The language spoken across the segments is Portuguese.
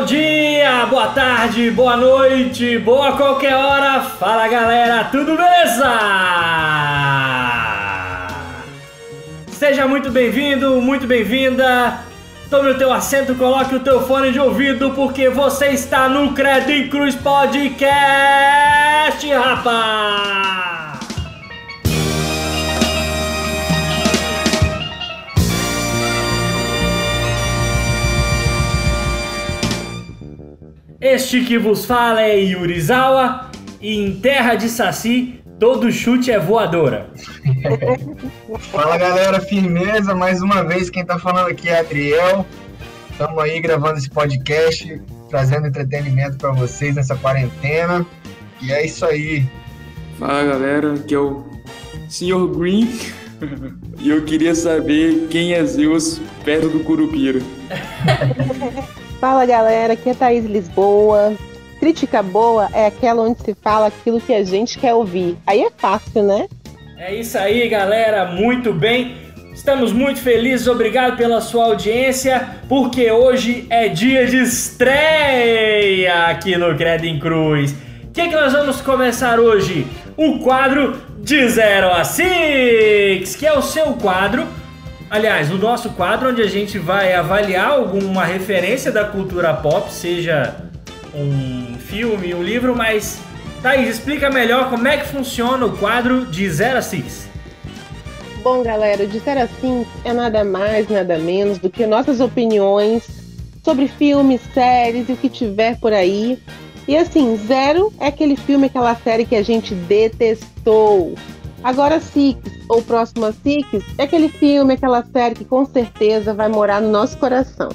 Bom dia, boa tarde, boa noite, boa qualquer hora. Fala galera, tudo beleza? Seja muito bem-vindo, muito bem-vinda. Tome o teu assento, coloque o teu fone de ouvido, porque você está no Credo em Cruz Podcast, rapaz! Este que vos fala é Yurizawa, e em terra de Saci, todo chute é voadora. Fala galera, firmeza, mais uma vez quem tá falando aqui é Adriel. Estamos aí gravando esse podcast, trazendo entretenimento para vocês nessa quarentena. E é isso aí. Fala galera, aqui é o Sr. Green e eu queria saber quem é Zeus perto do Curupira. Fala galera, aqui é Thaís Lisboa. Crítica boa é aquela onde se fala aquilo que a gente quer ouvir. Aí é fácil, né? É isso aí, galera, muito bem. Estamos muito felizes, obrigado pela sua audiência, porque hoje é dia de estreia aqui no Credo em Cruz. O que nós vamos começar hoje? O quadro de 0 a 6, que é o seu quadro. Aliás, o nosso quadro onde a gente vai avaliar alguma referência da cultura pop, seja um filme, um livro, mas Thaís, explica melhor como é que funciona o quadro de 0 a 6. Bom, galera, de 0 a 5 é nada mais, nada menos do que nossas opiniões sobre filmes, séries e o que tiver por aí. E assim, 0 é aquele filme, aquela série que a gente detestou. Agora 6, ou próximo a 6, é aquele filme, aquela série que com certeza vai morar no nosso coração.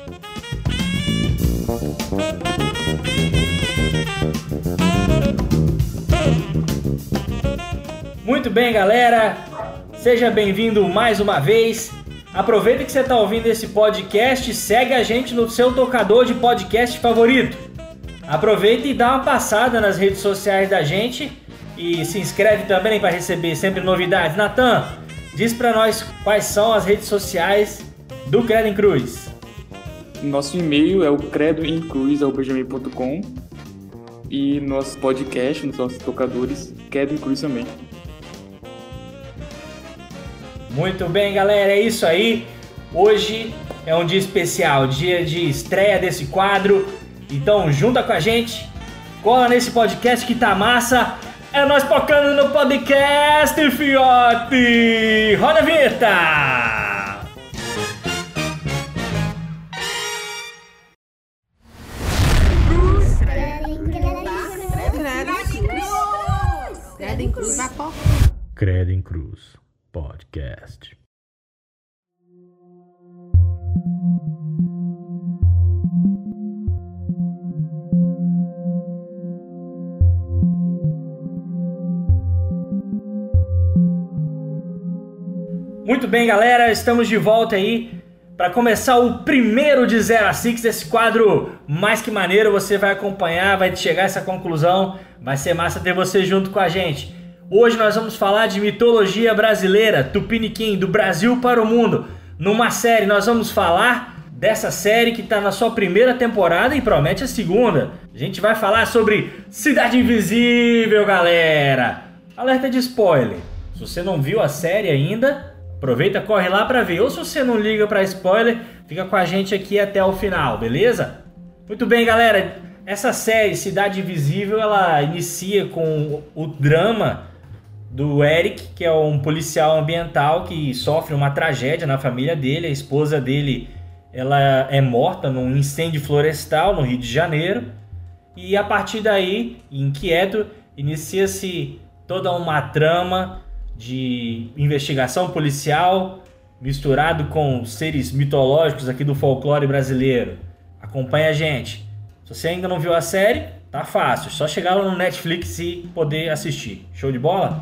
Muito bem, galera, seja bem-vindo mais uma vez. Aproveita que você está ouvindo esse podcast, segue a gente no seu tocador de podcast favorito. Aproveita e dá uma passada nas redes sociais da gente e se inscreve também para receber sempre novidades. Natan, diz para nós quais são as redes sociais do Credo em Cruz. Nosso e-mail é o credoemcruz@gmail.com e nosso podcast, nos nossos tocadores, Credo em Cruz também. Muito bem, galera, é isso aí. Hoje é um dia especial, dia de estreia desse quadro. Então junta com a gente, cola nesse podcast que tá massa. É nós tocando no podcast, fiote! Roda a vinheta! Credo em Cruz, vapor. Credo em Cruz Podcast. Muito bem, galera, estamos de volta aí para começar o primeiro de 0 a 6 desse quadro mais que maneiro. Você vai acompanhar, vai chegar a essa conclusão, vai ser massa ter você junto com a gente. Hoje nós vamos falar de mitologia brasileira, Tupiniquim, do Brasil para o mundo. Numa série, nós vamos falar dessa série que está na sua primeira temporada e promete a segunda. A gente vai falar sobre Cidade Invisível, galera. Alerta de spoiler. Se você não viu a série ainda, aproveita, corre lá pra ver. Ou se você não liga pra spoiler, fica com a gente aqui até o final, beleza? Muito bem, galera. Essa série, Cidade Invisível, ela inicia com o drama do Eric, que é um policial ambiental que sofre uma tragédia na família dele. A esposa dele, ela é morta num incêndio florestal no Rio de Janeiro. E a partir daí, inquieto, inicia-se toda uma trama de investigação policial misturado com seres mitológicos aqui do folclore brasileiro. Acompanha a gente. Se você ainda não viu a série, tá fácil, só chegar lá no Netflix e poder assistir. Show de bola?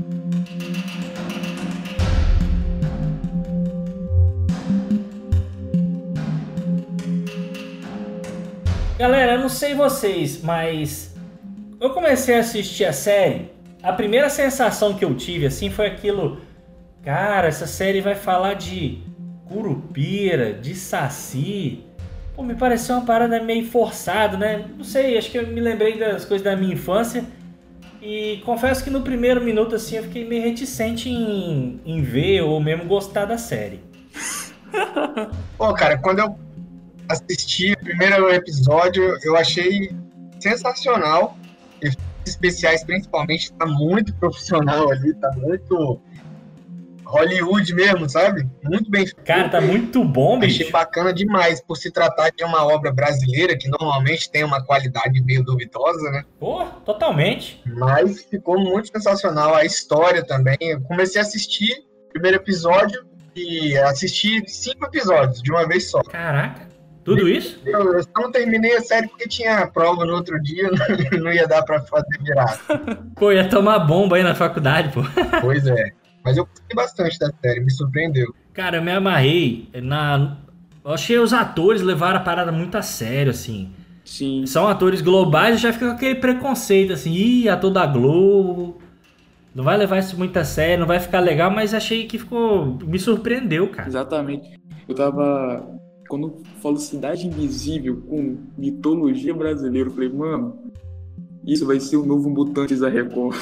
Galera, eu não sei vocês, mas eu comecei a assistir a série. A primeira sensação que eu tive assim foi aquilo: cara, essa série vai falar de Curupira, de Saci, Pô, me pareceu uma parada meio forçada, né? Não sei, acho que eu me lembrei das coisas da minha infância. E confesso que no primeiro minuto, assim, eu fiquei meio reticente em ver ou mesmo gostar da série. Pô, cara, quando eu assisti o primeiro episódio, eu achei sensacional. Efeitos especiais, principalmente, tá muito profissional ali, tá muito Hollywood mesmo, sabe? Muito bem feito. Cara, tá muito bom, bicho. Achei bacana demais, por se tratar de uma obra brasileira, que normalmente tem uma qualidade meio duvidosa, né? Pô, totalmente. Mas ficou muito sensacional a história também. Eu comecei a assistir o primeiro episódio e assisti 5 episódios de uma vez só. Caraca, tudo isso? Eu só não terminei a série porque tinha prova no outro dia, não ia dar pra fazer virada. Pô, ia tomar bomba aí na faculdade, pô. Pois é. Mas eu gostei bastante da série, me surpreendeu. Cara, eu me amarrei na... Eu achei os atores levaram a parada muito a sério, assim. Sim. São atores globais e já fica com aquele preconceito, assim. Ih, ator da Globo... Não vai levar isso muito a sério, não vai ficar legal, mas achei que ficou... Me surpreendeu, cara. Exatamente. Eu tava... Quando eu falo Cidade Invisível com mitologia brasileira, eu falei, mano, isso vai ser o novo Mutantes da Record.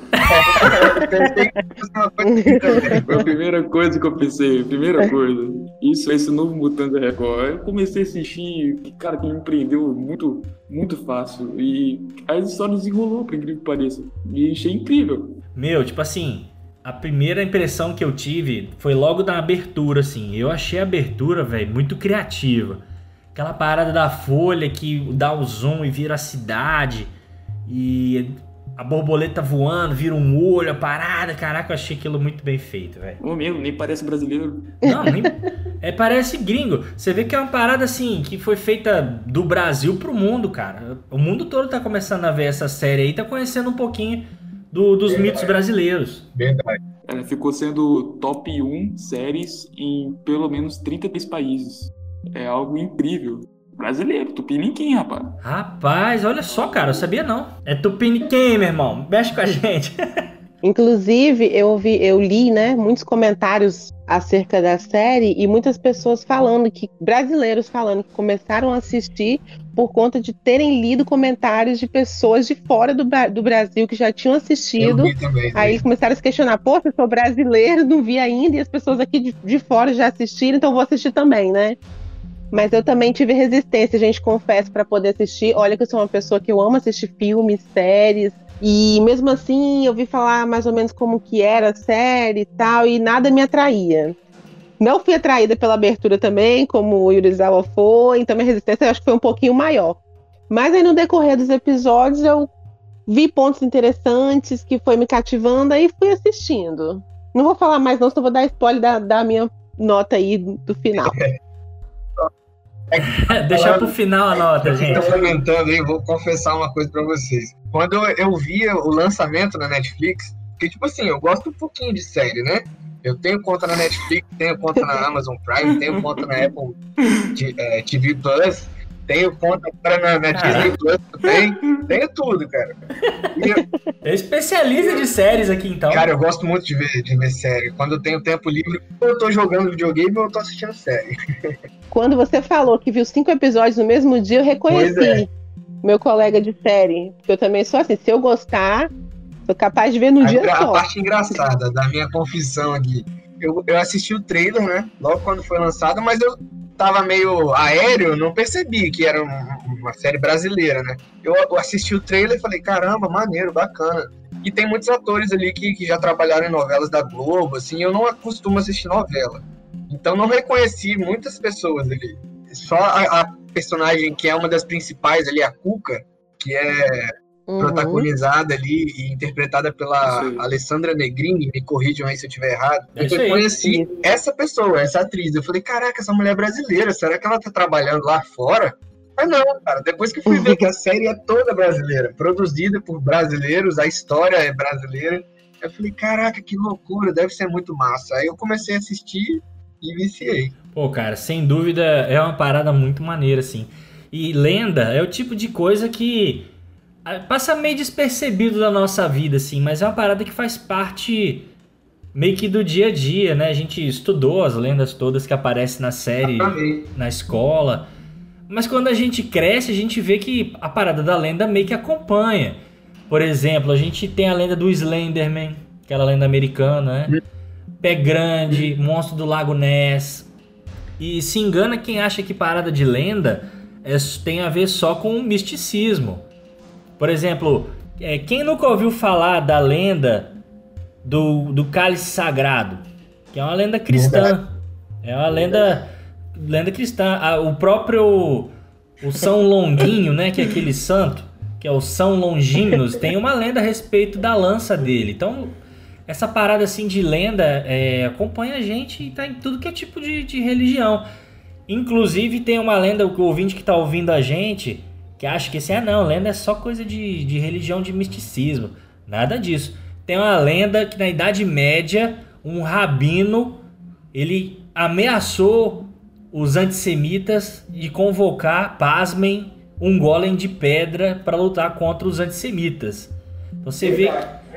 Foi a primeira coisa que eu pensei, primeira coisa. Isso vai ser o novo Mutantes da Record. Aí eu comecei a assistir, cara, que me prendeu muito, muito fácil. E a história desenrolou, por incrível que pareça. E achei incrível. Meu, tipo assim, a primeira impressão que eu tive foi logo da abertura, assim. Eu achei a abertura, velho, muito criativa. Aquela parada da folha que dá o zoom e vira a cidade. E a borboleta voando, vira um olho, a parada. Caraca, eu achei aquilo muito bem feito, velho. Não mesmo, nem parece brasileiro. Não, nem... parece gringo. Você vê que é uma parada, assim, que foi feita do Brasil pro mundo, cara. O mundo todo tá começando a ver essa série aí, tá conhecendo um pouquinho dos mitos brasileiros. Verdade. Ela ficou sendo top 1 séries em pelo menos 33 países. É algo incrível. Brasileiro, Tupiniquim, rapaz. Rapaz, olha só, cara, eu sabia não. É Tupiniquim, meu irmão. Mexe com a gente. Inclusive, eu li, né, muitos comentários acerca da série e muitas pessoas brasileiros falando que começaram a assistir por conta de terem lido comentários de pessoas de fora do Brasil que já tinham assistido. Eu vi também, Aí eles começaram a se questionar, pô, eu sou brasileiro, não vi ainda, e as pessoas aqui de fora já assistiram, então vou assistir também, né? Mas eu também tive resistência, gente, confesso, para poder assistir. Olha que eu sou uma pessoa que eu amo assistir filmes, séries. E mesmo assim, eu vi falar mais ou menos como que era a série e tal, e nada me atraía. Não fui atraída pela abertura também, como o Yurizawa foi, então minha resistência eu acho que foi um pouquinho maior. Mas aí no decorrer dos episódios eu vi pontos interessantes que foi me cativando, aí fui assistindo. Não vou falar mais não, só vou dar spoiler da minha nota aí do final. Deixa pro final a nota, gente. Tô comentando aí, vou confessar uma coisa pra vocês. Quando eu via o lançamento na Netflix, porque tipo assim, eu gosto um pouquinho de série, né? Eu tenho conta na Netflix, tenho conta na Amazon Prime, tenho conta na Apple TV Plus, tenho conta na Disney Plus também, tenho tudo, cara. É especialista de séries aqui, então. Cara, eu gosto muito de ver série. Quando eu tenho tempo livre, eu tô jogando videogame ou eu tô assistindo série. Quando você falou que viu 5 episódios no mesmo dia, eu reconheci meu colega de série. Porque eu também sou assim, se eu gostar, sou capaz de ver no dia só. A parte engraçada da minha confissão aqui. Eu assisti o trailer, né? Logo quando foi lançado, mas eu tava meio aéreo, não percebi que era uma série brasileira, né? Eu assisti o trailer e falei, caramba, maneiro, bacana. E tem muitos atores ali que já trabalharam em novelas da Globo, assim, eu não acostumo assistir novela. Então não reconheci muitas pessoas ali. Só a personagem que é uma das principais ali, a Cuca, que é protagonizada ali e interpretada pela Alessandra Negrini, me corrijam aí se eu estiver errado. Eu conheci essa pessoa, essa atriz. Eu falei, caraca, essa mulher é brasileira, será que ela tá trabalhando lá fora? Mas não, cara, depois que fui ver que a série é toda brasileira, produzida por brasileiros, a história é brasileira, eu falei, caraca, que loucura, deve ser muito massa. Aí eu comecei a assistir e viciei. Pô, cara, sem dúvida é uma parada muito maneira, assim. E lenda é o tipo de coisa que passa meio despercebido da nossa vida, assim, mas é uma parada que faz parte meio que do dia a dia, né? A gente estudou as lendas todas que aparecem na série, na escola, Mas quando a gente cresce, a gente vê que a parada da lenda meio que acompanha. Por exemplo, a gente tem a lenda do Slenderman, aquela lenda americana, né? Pé Grande, Monstro do Lago Ness. E se engana quem acha que parada de lenda tem a ver só com misticismo. Por exemplo, quem nunca ouviu falar da lenda do Cálice Sagrado? Que é uma lenda cristã. É uma lenda cristã. O próprio São Longuinho, né, que é aquele santo, que é o São Longinos, tem uma lenda a respeito da lança dele. Então, essa parada assim de lenda acompanha a gente e tá em tudo que é tipo de religião. Inclusive tem uma lenda, o ouvinte que tá ouvindo a gente, que acha que assim, não, lenda é só coisa de religião, de misticismo. Nada disso. Tem uma lenda que na Idade Média, um rabino, ele ameaçou os antissemitas de convocar, pasmem, um golem de pedra para lutar contra os antissemitas. Você vê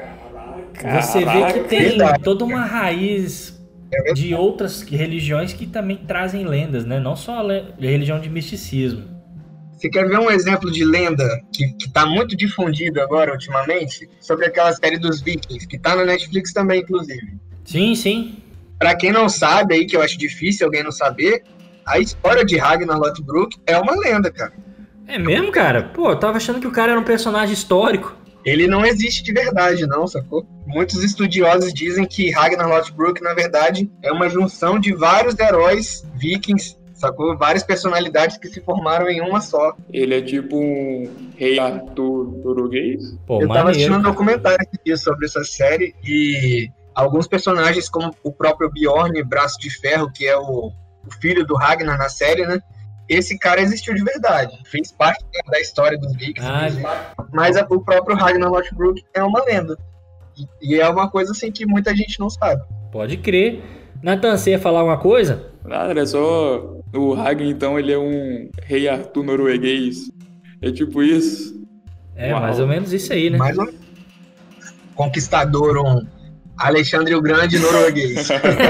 que tem toda uma raiz de outras religiões que também trazem lendas, né? Não só a religião de misticismo. Você quer ver um exemplo de lenda que tá muito difundido agora, ultimamente? Sobre aquela série dos Vikings, que tá na Netflix também, inclusive. Sim, sim. Pra quem não sabe aí, que eu acho difícil alguém não saber, a história de Ragnar Lothbrok é uma lenda, cara. É mesmo, cara? Pô, eu tava achando que o cara era um personagem histórico. Ele não existe de verdade, não, sacou? Muitos estudiosos dizem que Ragnar Lothbrok, na verdade, é uma junção de vários heróis vikings, sacou? Várias personalidades que se formaram em uma só. Ele é tipo um rei Arthur norueguês? Pô, eu tava assistindo um documentário esse dia sobre essa série e alguns personagens, como o próprio Bjorn, Braço de Ferro, que é o filho do Ragnar na série, né? Esse cara existiu de verdade. Fez parte da história dos Vikings. Mas o próprio Ragnar Lothbrok é uma lenda. E é uma coisa assim que muita gente não sabe. Pode crer. Nathan, você ia falar alguma coisa? Nada, é só... O Ragnar, então, ele é um rei Arthur norueguês. É tipo isso. É, mais ou menos isso aí, né? Mais ou menos. Conquistador, um Alexandre o Grande norueguês.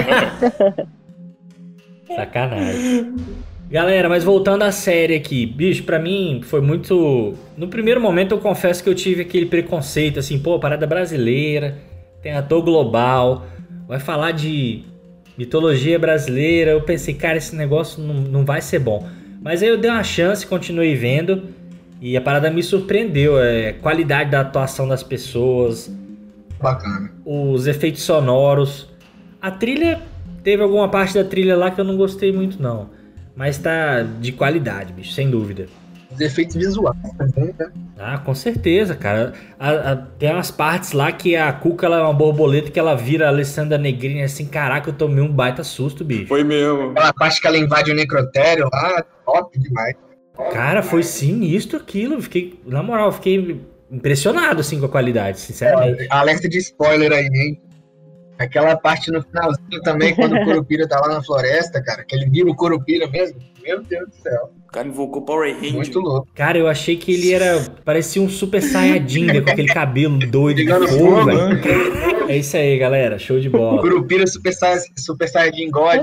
Sacanagem. Galera, mas voltando à série aqui, bicho, pra mim foi muito... No primeiro momento eu confesso que eu tive aquele preconceito, assim, pô, parada brasileira, tem ator global, vai falar de mitologia brasileira, eu pensei, cara, esse negócio não vai ser bom. Mas aí eu dei uma chance, continuei vendo, e a parada me surpreendeu, qualidade da atuação das pessoas, Bacana. Os efeitos sonoros, a trilha, teve alguma parte da trilha lá que eu não gostei muito não. Mas tá de qualidade, bicho, sem dúvida. Os efeitos visuais também, né? Ah, com certeza, cara. Tem umas partes lá que a Cuca ela é uma borboleta que ela vira a Alessandra Negrini assim, caraca, eu tomei um baita susto, bicho. Foi mesmo. Aquela parte que ela invade o necrotério lá, top demais. Cara, foi sinistro aquilo. Na moral, fiquei impressionado assim com a qualidade, sinceramente. Alerta de spoiler aí, hein? Aquela parte no finalzinho também, quando o Curupira tá lá na floresta, cara, que ele vira o Curupira mesmo. Meu Deus do céu. O cara invocou Power Ranger. Muito louco. Cara, eu achei que ele parecia um Super Saiyajin, né, com aquele cabelo doido de Pegando fogo, fogo, velho. É isso aí, galera. Show de bola. Curupira Super Saiyajin God.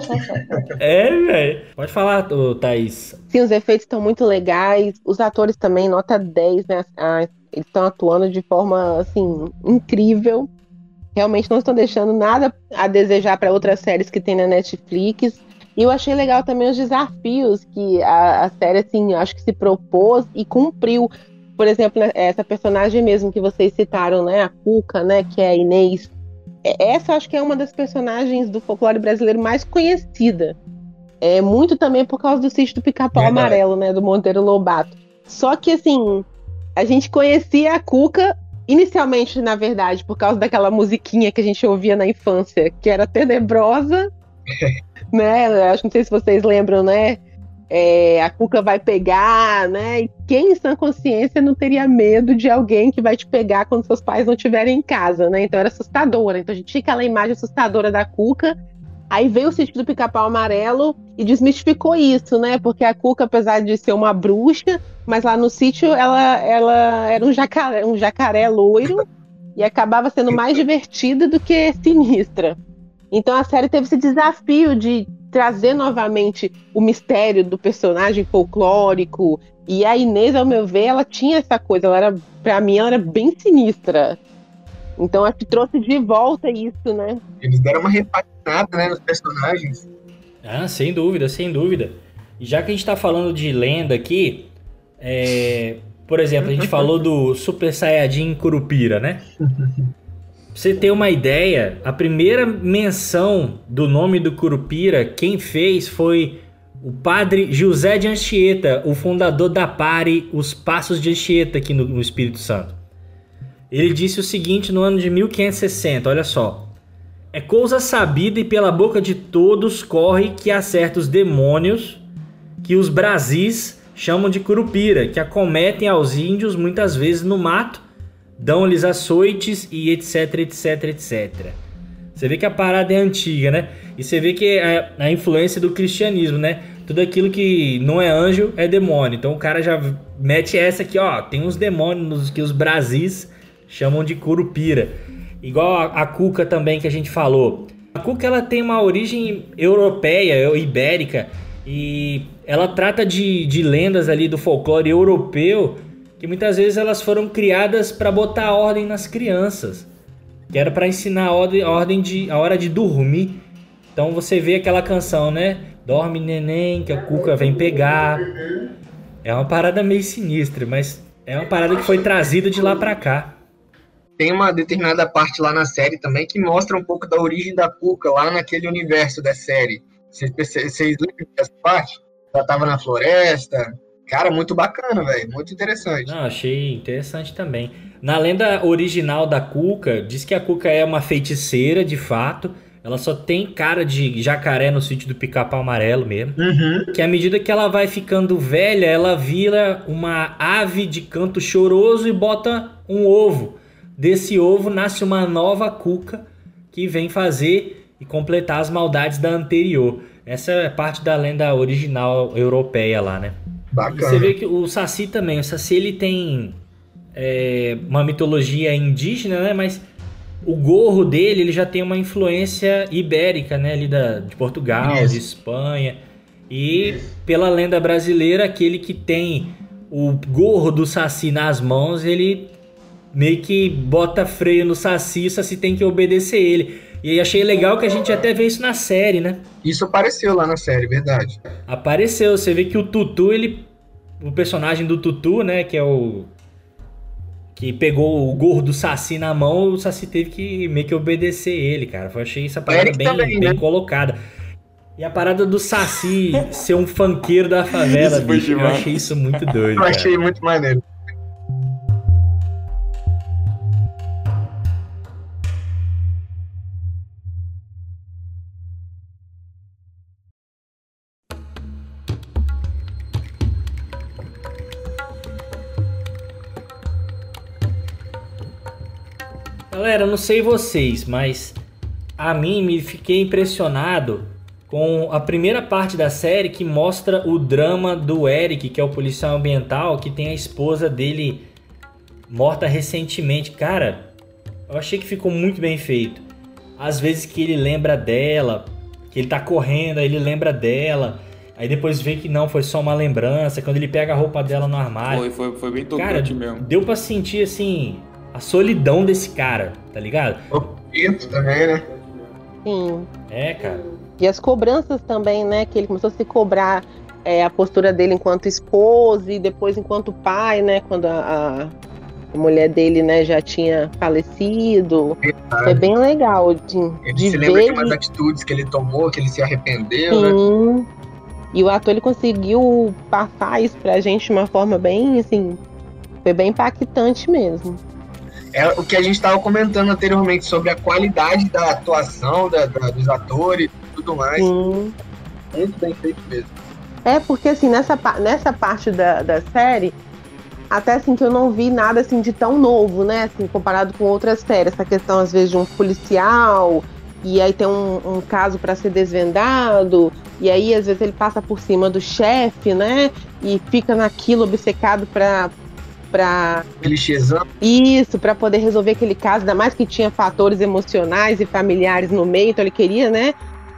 É, velho. Pode falar, Thaís. Sim, os efeitos estão muito legais. Os atores também, nota 10, né? Eles estão atuando de forma, assim, incrível. Realmente não estão deixando nada a desejar para outras séries que tem na Netflix. E eu achei legal também os desafios que a série, assim, acho que se propôs e cumpriu. Por exemplo, essa personagem mesmo que vocês citaram, né? A Cuca, né? Que é a Inês. Essa acho que é uma das personagens do folclore brasileiro mais conhecida. É muito também por causa do Sítio do Pica-Pau Amarelo, né? Do Monteiro Lobato. Só que, assim, a gente conhecia a Cuca inicialmente, na verdade, por causa daquela musiquinha que a gente ouvia na infância, que era tenebrosa, né? Acho que não sei se vocês lembram, né? A Cuca vai pegar, né? E quem em sã consciência não teria medo de alguém que vai te pegar quando seus pais não estiverem em casa, né? Então era assustadora. Então a gente tinha aquela imagem assustadora da Cuca. Aí veio o Sítio do Pica-Pau Amarelo e desmistificou isso, né? Porque a Cuca, apesar de ser uma bruxa, mas lá no sítio ela era um jacaré loiro e acabava sendo mais divertida do que sinistra. Então a série teve esse desafio de trazer novamente o mistério do personagem folclórico. E a Inês, ao meu ver, ela tinha essa coisa, pra mim, ela era bem sinistra. Então, acho que trouxe de volta isso, né? Eles deram uma repaginada, né, nos personagens. Ah, sem dúvida, sem dúvida. E já que a gente tá falando de lenda aqui, por exemplo, a gente falou do Super Saiyajin Curupira, né? Pra você ter uma ideia, a primeira menção do nome do Curupira, quem fez foi o padre José de Anchieta, o fundador da PARI, os Passos de Anchieta aqui no Espírito Santo. Ele disse o seguinte no ano de 1560, olha só. É coisa sabida e pela boca de todos corre que há certos demônios que os Brasis chamam de Curupira, que acometem aos índios muitas vezes no mato, dão-lhes açoites e etc, etc, etc. Você vê que a parada é antiga, né? E você vê que é a influência do cristianismo, né? Tudo aquilo que não é anjo é demônio. Então o cara já mete essa aqui, ó. Tem uns demônios que os Brasis chamam de Curupira. Igual a cuca também que a gente falou. A cuca, ela tem uma origem europeia, ibérica. E ela trata de lendas ali do folclore europeu, que muitas vezes elas foram criadas para botar ordem nas crianças, que era para ensinar a hora de dormir. Então você vê aquela canção, né? Dorme neném, que a cuca vem pegar. É uma parada meio sinistra, mas é uma parada que foi trazida de lá para cá. Tem uma determinada parte lá na série também que mostra um pouco da origem da cuca lá naquele universo da série. Vocês lembram dessa parte? Ela tava na floresta. Cara, muito bacana, velho. Muito interessante. Não, achei interessante também. Na lenda original da Cuca, diz que a Cuca é uma feiticeira, de fato. Ela só tem cara de jacaré no sítio do Pica-Pau Amarelo mesmo. Que à medida que ela vai ficando velha, ela vira uma ave de canto choroso e bota um ovo. Desse ovo nasce uma nova Cuca que vem fazer e completar as maldades da anterior. Essa é parte da lenda original europeia lá, né? Bacana. E você vê que o Saci também, o Saci ele tem uma mitologia indígena, né? Mas o gorro dele ele já tem uma influência ibérica, né? Ali de Portugal, de Espanha. E pela lenda brasileira, aquele que tem o gorro do Saci nas mãos, ele meio que bota freio no Saci, o Saci tem que obedecer ele. E aí achei legal que a gente até vê isso na série, né? Isso apareceu lá na série, verdade. Apareceu, você vê que o Tutu, o personagem do Tutu, né, que é o que pegou o gorro do Saci na mão, o Saci teve que meio que obedecer ele, cara. Eu achei essa parada bem colocada. E a parada do Saci ser um funkeiro da favela, bicho, eu achei isso muito doido. Eu achei muito maneiro. Galera, eu não sei vocês, mas a mim me fiquei impressionado com a primeira parte da série que mostra o drama do Eric, que é o policial ambiental, que tem a esposa dele morta recentemente. Cara, eu achei que ficou muito bem feito. Às vezes que ele lembra dela, que ele tá correndo, aí ele lembra dela, aí depois vê que não, foi só uma lembrança, quando ele pega a roupa dela no armário. Foi bem tocante mesmo. Deu pra sentir, assim, a solidão desse cara, tá ligado? O Pinto também, né? Sim. É, cara. E as cobranças também, né? Que ele começou a se cobrar a postura dele enquanto esposo e depois enquanto pai, né? Quando a mulher dele, né, já tinha falecido. Foi bem legal Ele se lembra de umas atitudes que ele tomou, que ele se arrependeu, sim, né? E o ator, ele conseguiu passar isso pra gente de uma forma bem, assim, foi bem impactante mesmo. É o que a gente estava comentando anteriormente sobre a qualidade da atuação dos atores e tudo mais. Sim. Muito bem feito mesmo. Porque assim, nessa parte da série, até assim que eu não vi nada assim de tão novo, né? Assim, comparado com outras séries. Essa questão, às vezes, de um policial, e aí tem um caso para ser desvendado, e aí, às vezes, ele passa por cima do chefe, né? E fica naquilo obcecado pra clichêzão. Isso, para poder resolver aquele caso, ainda mais que tinha fatores emocionais e familiares no meio, então ele queria, né,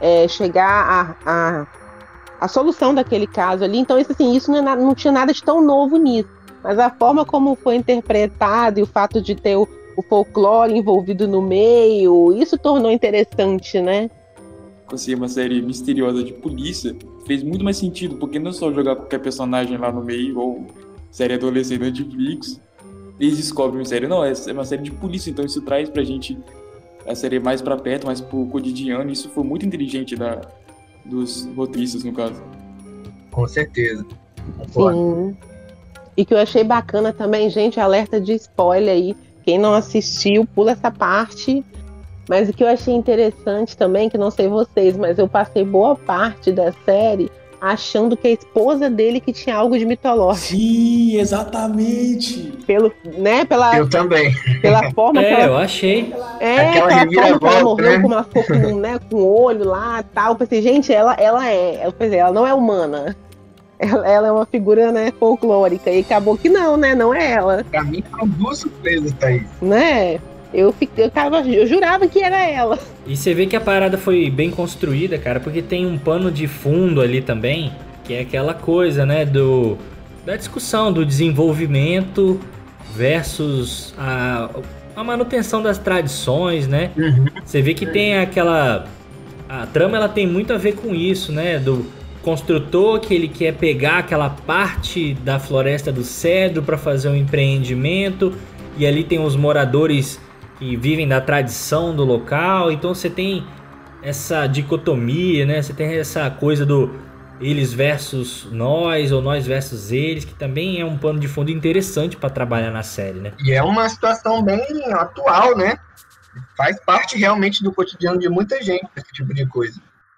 chegar a solução daquele caso ali. Então, isso não tinha nada de tão novo nisso. Mas a forma como foi interpretado e o fato de ter o folclore envolvido no meio, isso tornou interessante, né? Conseguir uma série misteriosa de polícia fez muito mais sentido, porque não é só jogar qualquer personagem lá no meio, ou série adolescente da Netflix, eles descobrem uma série. Não, é uma série de polícia, então isso traz pra gente a série mais pra perto, mais pro cotidiano, e isso foi muito inteligente dos roteiristas, no caso. Com certeza. Sim. E que eu achei bacana também, gente, alerta de spoiler aí. Quem não assistiu, pula essa parte. Mas o que eu achei interessante também, que não sei vocês, mas eu passei boa parte da série achando que a esposa dele que tinha algo de mitológico. Sim, exatamente. Eu também. Pela forma que ela... eu achei. Aquela forma que ela morreu, né? como ela ficou com o olho lá e tal. Eu pensei, gente, ela não é humana. Ela é uma figura, né, folclórica. E acabou que não, né? Não é ela. Pra mim foram duas surpresas, Thaís. Né? Eu jurava que era ela. E você vê que a parada foi bem construída, cara, porque tem um pano de fundo ali também, que é aquela coisa, né, da discussão do desenvolvimento versus a manutenção das tradições, né? Uhum. Você vê que tem a trama, ela tem muito a ver com isso, né, do construtor que ele quer pegar aquela parte da floresta do cedro para fazer um empreendimento, e ali tem os moradores que vivem da tradição do local. Então você tem essa dicotomia, né? Você tem essa coisa do eles versus nós, ou nós versus eles, que também é um pano de fundo interessante para trabalhar na série, né? E é uma situação bem atual, né? Faz parte realmente do cotidiano de muita gente, esse tipo de coisa.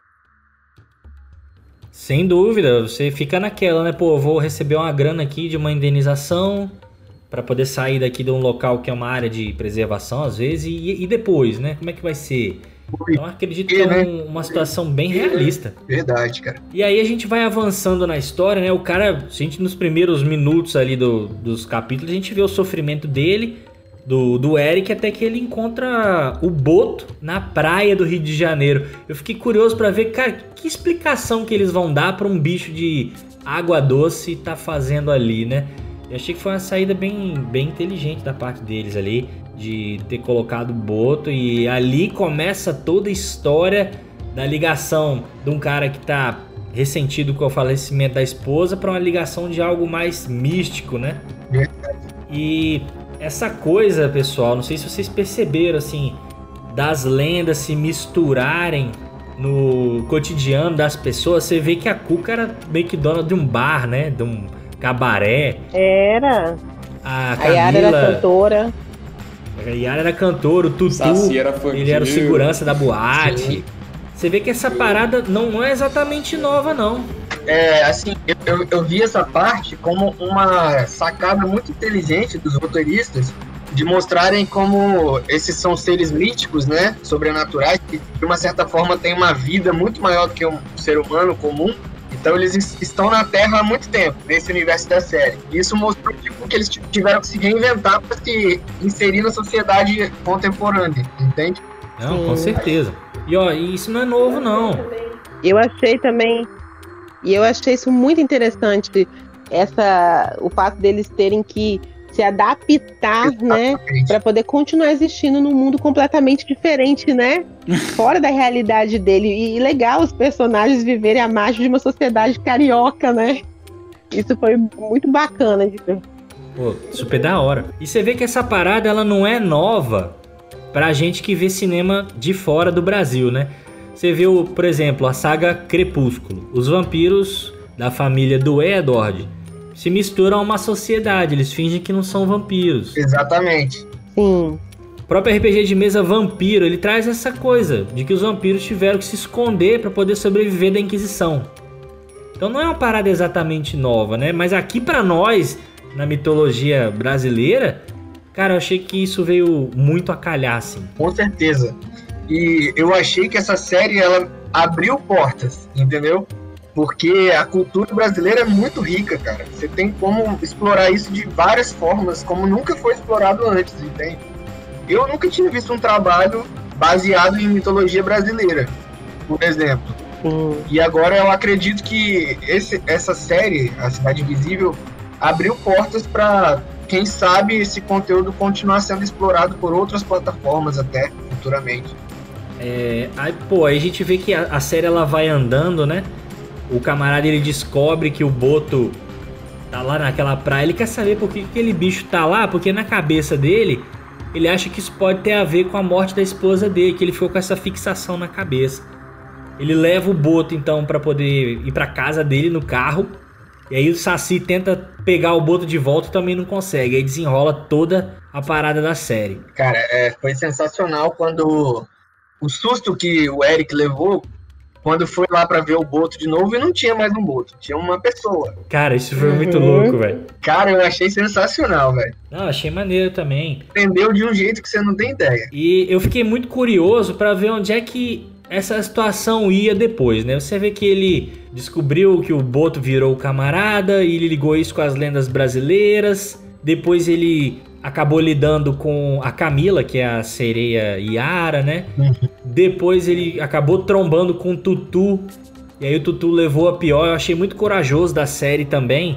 Sem dúvida, você fica naquela, né? Pô, eu vou receber uma grana aqui de uma indenização para poder sair daqui de um local que é uma área de preservação, às vezes, e depois, né? Como é que vai ser? Então, acredito que é uma situação bem realista. Verdade, cara. E aí a gente vai avançando na história, né? O cara, a gente nos primeiros minutos ali dos capítulos, a gente vê o sofrimento dele, do Eric, até que ele encontra o Boto na praia do Rio de Janeiro. Eu fiquei curioso para ver, cara, que explicação que eles vão dar para um bicho de água doce tá fazendo ali, né? Eu achei que foi uma saída bem inteligente da parte deles ali, de ter colocado o Boto, e ali começa toda a história da ligação de um cara que tá ressentido com o falecimento da esposa para uma ligação de algo mais místico, né? E essa coisa, pessoal, não sei se vocês perceberam, assim, das lendas se misturarem no cotidiano das pessoas. Você vê que a Cuca era meio que dona de um bar, né? De um cabaré. Era. A Yara era cantora. A Yara era cantora, o Tutu, ele era o segurança da boate. Sim. Você vê que essa parada não é exatamente nova, não. Assim, eu vi essa parte como uma sacada muito inteligente dos roteiristas de mostrarem como esses são seres míticos, né, sobrenaturais, que de uma certa forma têm uma vida muito maior do que um ser humano comum. Então eles estão na Terra há muito tempo, nesse universo da série. Isso mostrou que eles tiveram que se reinventar para se inserir na sociedade contemporânea, entende? Não, sim, com certeza. E isso não é novo, não. Eu achei também, e eu achei isso muito interessante, o fato deles terem que se adaptar, né, para poder continuar existindo num mundo completamente diferente, né, fora da realidade dele. E legal os personagens viverem à margem de uma sociedade carioca, né. Isso foi muito bacana de ver. Pô, super da hora. E você vê que essa parada, ela não é nova pra gente que vê cinema de fora do Brasil, né. Você viu, por exemplo, a saga Crepúsculo. Os vampiros da família do Edward se misturam a uma sociedade, eles fingem que não são vampiros. Exatamente. Sim. O próprio RPG de mesa Vampiro, ele traz essa coisa de que os vampiros tiveram que se esconder para poder sobreviver da Inquisição. Então não é uma parada exatamente nova, né? Mas aqui para nós, na mitologia brasileira, cara, eu achei que isso veio muito a calhar, assim. Com certeza. E eu achei que essa série, ela abriu portas, entendeu? Porque a cultura brasileira é muito rica, cara. Você tem como explorar isso de várias formas, como nunca foi explorado antes, entende? Eu nunca tinha visto um trabalho baseado em mitologia brasileira. por exemplo. E agora eu acredito que essa série, A Cidade Invisível, abriu portas para, quem sabe, esse conteúdo continuar sendo explorado por outras plataformas até futuramente. Aí a gente vê que a série ela vai andando, né? O camarada ele descobre que o Boto tá lá naquela praia. Ele quer saber por que aquele bicho tá lá, porque na cabeça dele ele acha que isso pode ter a ver com a morte da esposa dele, que ele ficou com essa fixação na cabeça. Ele leva o Boto então pra poder ir pra casa dele no carro. E aí o Saci tenta pegar o Boto de volta e também não consegue. Aí desenrola toda a parada da série. Cara, foi sensacional quando o susto que o Eric levou quando foi lá pra ver o Boto de novo e não tinha mais um Boto, tinha uma pessoa. Cara, isso foi muito louco, velho. Cara, eu achei sensacional, velho. Não, achei maneiro também. Entendeu de um jeito que você não tem ideia. E eu fiquei muito curioso pra ver onde é que essa situação ia depois, né? Você vê que ele descobriu que o Boto virou o camarada e ele ligou isso com as lendas brasileiras. Depois ele acabou lidando com a Camila, que é a sereia Yara, né? Depois ele acabou trombando com o Tutu. E aí o Tutu levou a pior. Eu achei muito corajoso da série também.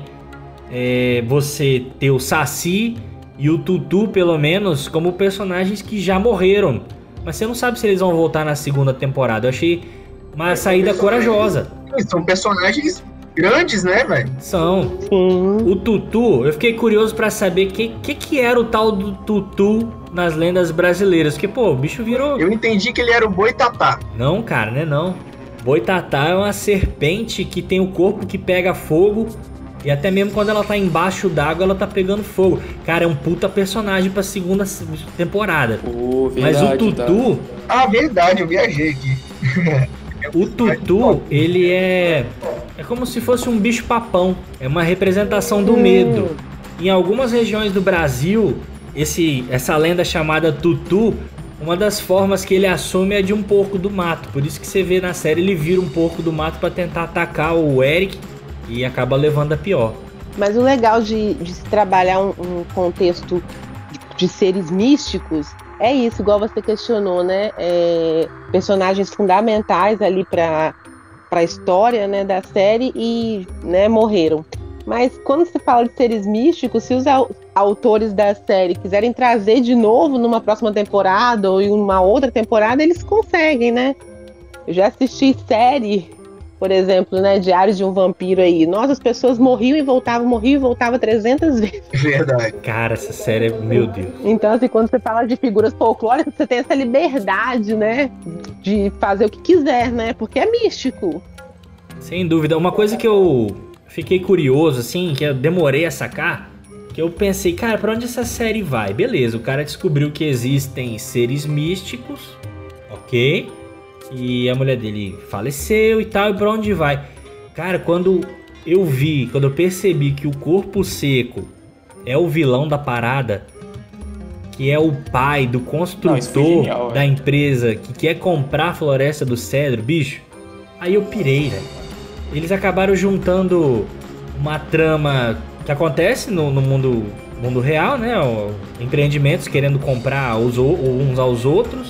Você ter o Saci e o Tutu, pelo menos, como personagens que já morreram. Mas você não sabe se eles vão voltar na segunda temporada. Eu achei uma saída corajosa. São personagens grandes, né, velho? São. O Tutu, eu fiquei curioso pra saber que era o tal do Tutu nas lendas brasileiras. Porque, pô, o bicho virou... Eu entendi que ele era o Boitatá. Não, cara, né não. Boitatá é uma serpente que tem o corpo que pega fogo. E até mesmo quando ela tá embaixo d'água, ela tá pegando fogo. Cara, é um puta personagem pra segunda temporada. Mas o Tutu... Ah, verdade, eu viajei aqui. O Tutu, ele é como se fosse um bicho papão. É uma representação do medo. Em algumas regiões do Brasil, essa lenda chamada Tutu, uma das formas que ele assume é de um porco do mato. Por isso que você vê na série, ele vira um porco do mato pra tentar atacar o Eric. E acaba levando a pior. Mas o legal de se trabalhar um contexto de seres místicos é isso, igual você questionou, né? Personagens fundamentais ali para a história, né, da série e, né, morreram. Mas quando se fala de seres místicos, se os autores da série quiserem trazer de novo numa próxima temporada ou em uma outra temporada, eles conseguem, né? Eu já assisti série, por exemplo, né, Diários de um Vampiro aí. Nossa, as pessoas morriam e voltavam 300 vezes. Verdade. Cara, essa série, meu Deus. Então, assim, quando você fala de figuras folclóricas, você tem essa liberdade, né, de fazer o que quiser, né, porque é místico. Sem dúvida. Uma coisa que eu fiquei curioso, assim, que eu demorei a sacar, que eu pensei, cara, pra onde essa série vai? Beleza, o cara descobriu que existem seres místicos, ok? E a mulher dele faleceu e tal, e pra onde vai? Cara, quando eu percebi que o Corpo Seco é o vilão da parada, que é o pai do construtor genial, da empresa que quer comprar a Floresta do Cedro, bicho, aí eu pirei, né? Eles acabaram juntando uma trama que acontece no mundo real, né? Empreendimentos querendo comprar uns aos outros.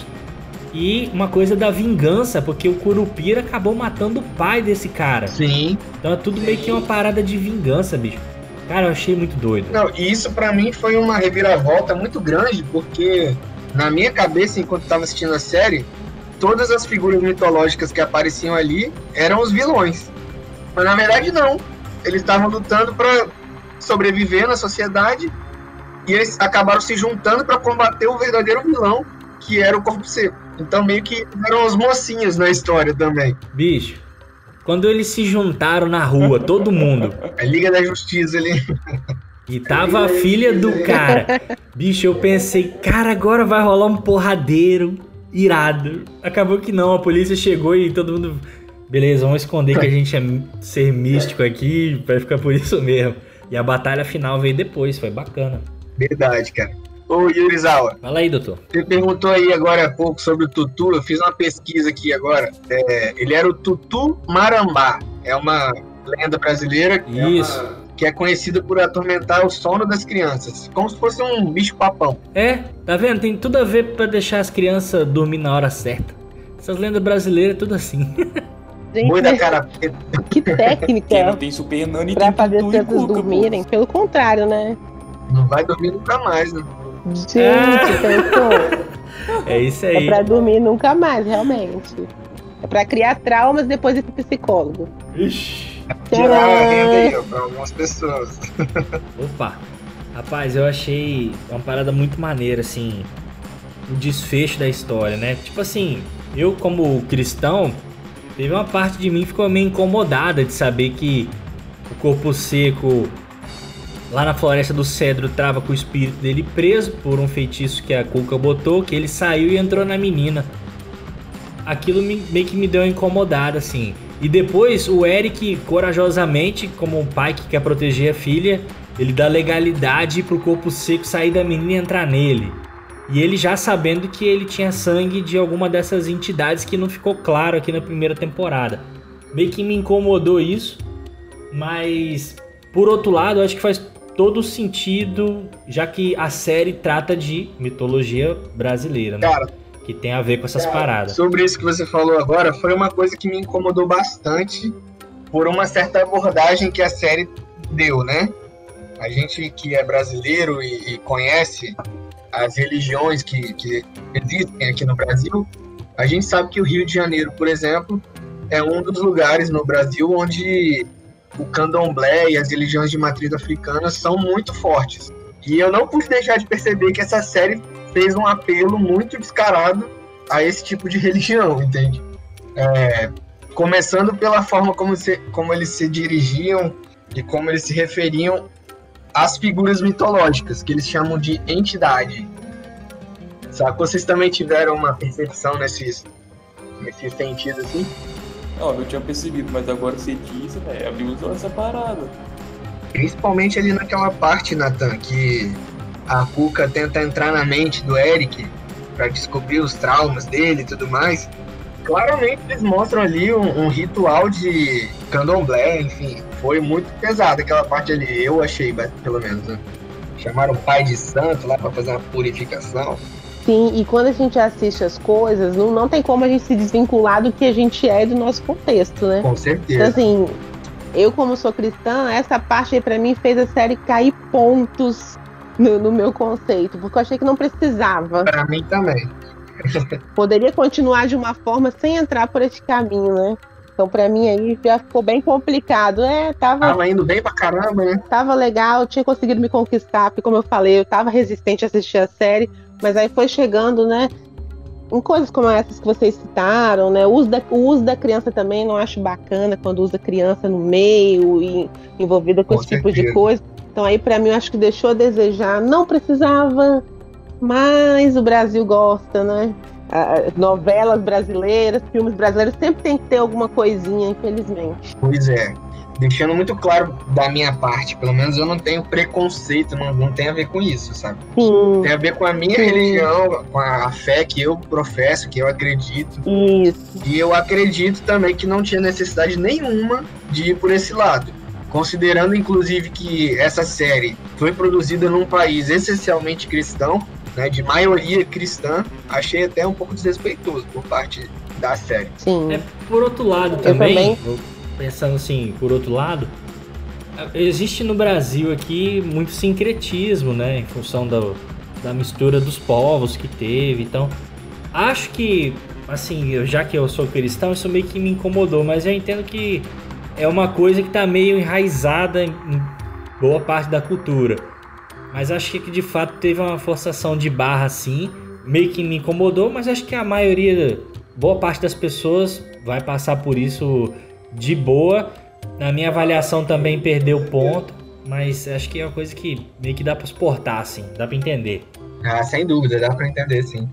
E uma coisa da vingança, porque o Curupira acabou matando o pai desse cara. Sim. Então é tudo meio que uma parada de vingança, bicho. Cara, eu achei muito doido. Não, e isso pra mim foi uma reviravolta muito grande, porque na minha cabeça, enquanto eu tava assistindo a série, todas as figuras mitológicas que apareciam ali eram os vilões. Mas na verdade não. Eles estavam lutando pra sobreviver na sociedade e eles acabaram se juntando pra combater o verdadeiro vilão, que era o Corpo Seco. Então meio que eram os mocinhos na história também. Bicho, quando eles se juntaram na rua, todo mundo. A Liga da Justiça ali. E tava a filha do cara. Bicho, eu pensei, cara, agora vai rolar um porradeiro irado. Acabou que não, a polícia chegou e todo mundo... Beleza, vamos esconder que a gente é ser místico aqui, vai ficar por isso mesmo. E a batalha final veio depois, foi bacana. Verdade, cara. Ô, Yurizawa. Fala aí, doutor. Você perguntou aí agora há pouco sobre o Tutu. Eu fiz uma pesquisa aqui agora. Ele era o Tutu Marambá. É uma lenda brasileira que é conhecida por atormentar o sono das crianças. Como se fosse um bicho papão. Tá vendo? Tem tudo a ver pra deixar as crianças dormir na hora certa. Essas lendas brasileiras, tudo assim. Gente, Boi da cara. que técnica Quem não tem Super Nani pra tem fazer as Tutu e crianças Cuca, dormirem. pô. Pelo contrário, né? Não vai dormir nunca mais, né? Gente, pensou? É isso É aí. pra dormir nunca mais, realmente. É pra criar traumas e depois ir pro psicólogo. Ixi. Gerar a renda aí, ó, pra algumas pessoas. Opa. Rapaz, eu achei uma parada muito maneira, assim, o desfecho da história, né? Tipo assim, eu como cristão, teve uma parte de mim que ficou meio incomodada de saber que o corpo seco lá na floresta do cedro trava com o espírito dele preso por um feitiço que a Cuca botou, que ele saiu e entrou na menina. Aquilo meio que me deu uma incomodada, assim. E depois o Eric, corajosamente, como um pai que quer proteger a filha, ele dá legalidade pro corpo seco sair da menina e entrar nele. E ele já sabendo que ele tinha sangue de alguma dessas entidades que não ficou claro aqui na primeira temporada. Meio que me incomodou isso, mas por outro lado, eu acho que faz todo sentido, já que a série trata de mitologia brasileira, né? Cara, Que tem a ver com essas paradas. sobre isso que você falou agora, foi uma coisa que me incomodou bastante por uma certa abordagem que a série deu, né? A gente que é brasileiro e conhece as religiões que existem aqui no Brasil, a gente sabe que o Rio de Janeiro, por exemplo, é um dos lugares no Brasil onde o candomblé e as religiões de matriz africana são muito fortes. E eu não pude deixar de perceber que essa série fez um apelo muito descarado a esse tipo de religião, entende? Começando pela forma como eles se dirigiam e como eles se referiam às figuras mitológicas, que eles chamam de entidade. Sabe? Vocês também tiveram uma percepção nesse sentido, assim? Não, eu tinha percebido, mas agora você disse, velho, abriu essa parada. Principalmente ali naquela parte, Nathan, que a Cuca tenta entrar na mente do Eric para descobrir os traumas dele e tudo mais. Claramente eles mostram ali um ritual de candomblé, enfim, foi muito pesado aquela parte ali, eu achei, pelo menos, né? Chamaram o pai de santo lá para fazer uma purificação. Sim, e quando a gente assiste as coisas, não tem como a gente se desvincular do que a gente é e do nosso contexto, né? Com certeza. Então, assim, eu como sou cristã, essa parte aí pra mim fez a série cair pontos no meu conceito, porque eu achei que não precisava. Pra mim também. Poderia continuar de uma forma sem entrar por esse caminho, né? Então pra mim aí já ficou bem complicado. Tava indo bem pra caramba, né? Tava legal, tinha conseguido me conquistar, porque como eu falei, eu tava resistente a assistir a série, mas aí foi chegando, né? Em coisas como essas que vocês citaram, né? O uso da criança também não acho bacana, quando usa criança no meio e envolvida com esse tipo de coisa. Então aí pra mim eu acho que deixou a desejar. Não precisava, mas o Brasil gosta, né? Novelas brasileiras, filmes brasileiros, sempre tem que ter alguma coisinha, infelizmente. Pois é. Deixando muito claro da minha parte, pelo menos eu não tenho preconceito, não tem a ver com isso, sabe? Sim. Tem a ver com a minha religião, com a fé que eu professo, que eu acredito. Isso. E eu acredito também que não tinha necessidade nenhuma de ir por esse lado. Considerando, inclusive, que essa série foi produzida num país essencialmente cristão, né, de maioria cristã, achei até um pouco desrespeitoso por parte da série. Sim. Por outro lado também, pensando assim, por outro lado, existe no Brasil aqui muito sincretismo, né, em função da mistura dos povos que teve. Então, acho que, assim, já que eu sou cristão, isso meio que me incomodou, mas eu entendo que é uma coisa que tá meio enraizada em boa parte da cultura. Mas acho que de fato teve uma forçação de barra, assim, meio que me incomodou, mas acho que a maioria, boa parte das pessoas vai passar por isso de boa. Na minha avaliação também perdeu ponto, mas acho que é uma coisa que meio que dá pra suportar, assim, dá pra entender. Ah, sem dúvida, dá pra entender, sim.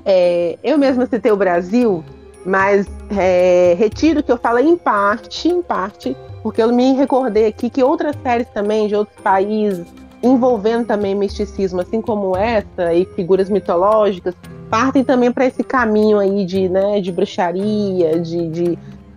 Eu mesma citei o Brasil, mas retiro o que eu falei em parte, porque eu me recordei aqui que outras séries também de outros países, envolvendo também misticismo, assim como essa, e figuras mitológicas, partem também para esse caminho aí de bruxaria, de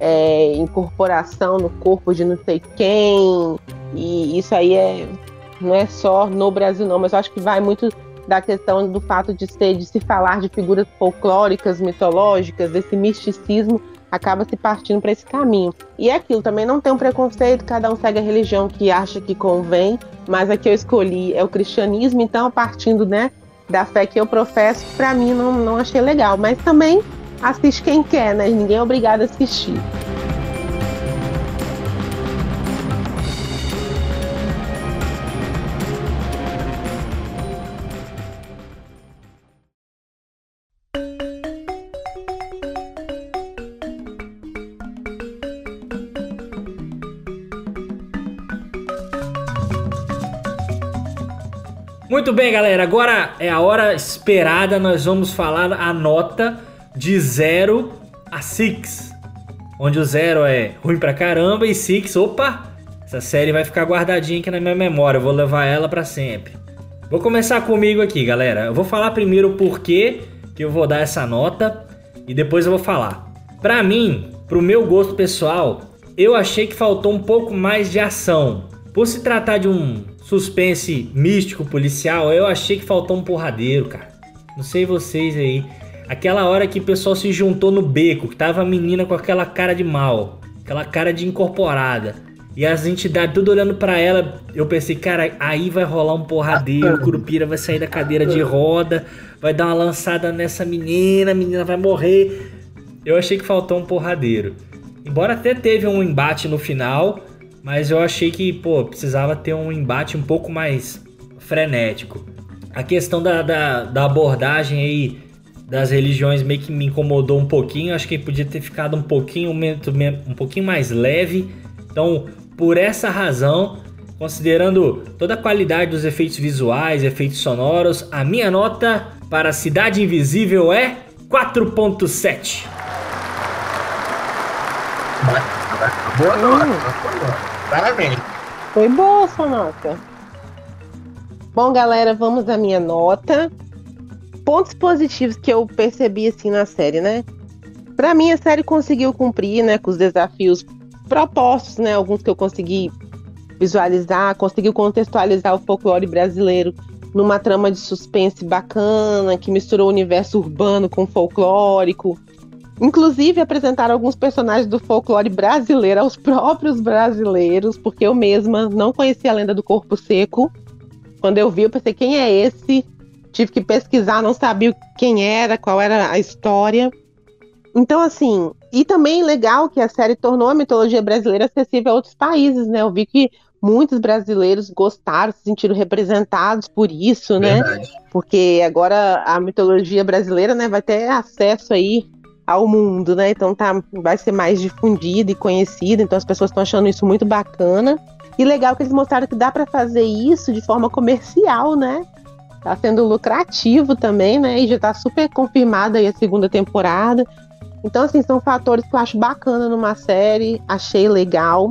incorporação no corpo de não sei quem, e isso aí não é só no Brasil não, mas eu acho que vai muito da questão do fato de se falar de figuras folclóricas, mitológicas, desse misticismo, acaba se partindo para esse caminho. E é aquilo, também não tem um preconceito, cada um segue a religião que acha que convém, mas a que eu escolhi é o cristianismo, então, partindo, né, da fé que eu professo, para mim não achei legal. Mas também assiste quem quer, né? Ninguém é obrigado a assistir. Muito bem, galera, agora é a hora esperada, nós vamos falar a nota de 0 a 6, onde o 0 é ruim pra caramba e 6, opa, essa série vai ficar guardadinha aqui na minha memória, eu vou levar ela pra sempre. Vou começar comigo aqui, galera, eu vou falar primeiro o porquê que eu vou dar essa nota e depois eu vou falar. Pra mim, pro meu gosto pessoal, eu achei que faltou um pouco mais de ação. Por se tratar de um suspense místico policial, eu achei que faltou um porradeiro, cara. Não sei vocês aí. Aquela hora que o pessoal se juntou no beco, que tava a menina com aquela cara de mal, aquela cara de incorporada, e as entidades tudo olhando pra ela, eu pensei, cara, aí vai rolar um porradeiro, o Curupira vai sair da cadeira de roda, vai dar uma lançada nessa menina, a menina vai morrer. Eu achei que faltou um porradeiro. Embora até teve um embate no final, mas eu achei que, precisava ter um embate um pouco mais frenético. A questão da abordagem aí das religiões meio que me incomodou um pouquinho. Acho que podia ter ficado um pouquinho mais leve. Então, por essa razão, considerando toda a qualidade dos efeitos visuais, efeitos sonoros, a minha nota para Cidade Invisível é 4.7. Boa nota. Parabéns. Foi boa sua nota. Bom, galera, vamos à minha nota. Pontos positivos que eu percebi assim na série, né? Pra mim, a série conseguiu cumprir, né, com os desafios propostos, né? Alguns que eu consegui visualizar, conseguiu contextualizar o folclore brasileiro numa trama de suspense bacana, que misturou o universo urbano com folclórico. Inclusive, apresentaram alguns personagens do folclore brasileiro aos próprios brasileiros, porque eu mesma não conhecia a lenda do Corpo Seco. Quando eu vi, eu pensei, quem é esse? Tive que pesquisar, não sabia quem era, qual era a história. Então, assim, e também legal que a série tornou a mitologia brasileira acessível a outros países, né? Eu vi que muitos brasileiros gostaram, se sentiram representados por isso, né? Verdade. Porque agora a mitologia brasileira, né, vai ter acesso aí ao mundo, né? Então vai ser mais difundida e conhecida, então as pessoas estão achando isso muito bacana. E legal que eles mostraram que dá para fazer isso de forma comercial, né? Tá sendo lucrativo também, né? E já tá super confirmada aí a segunda temporada. Então, assim, são fatores que eu acho bacana numa série, achei legal.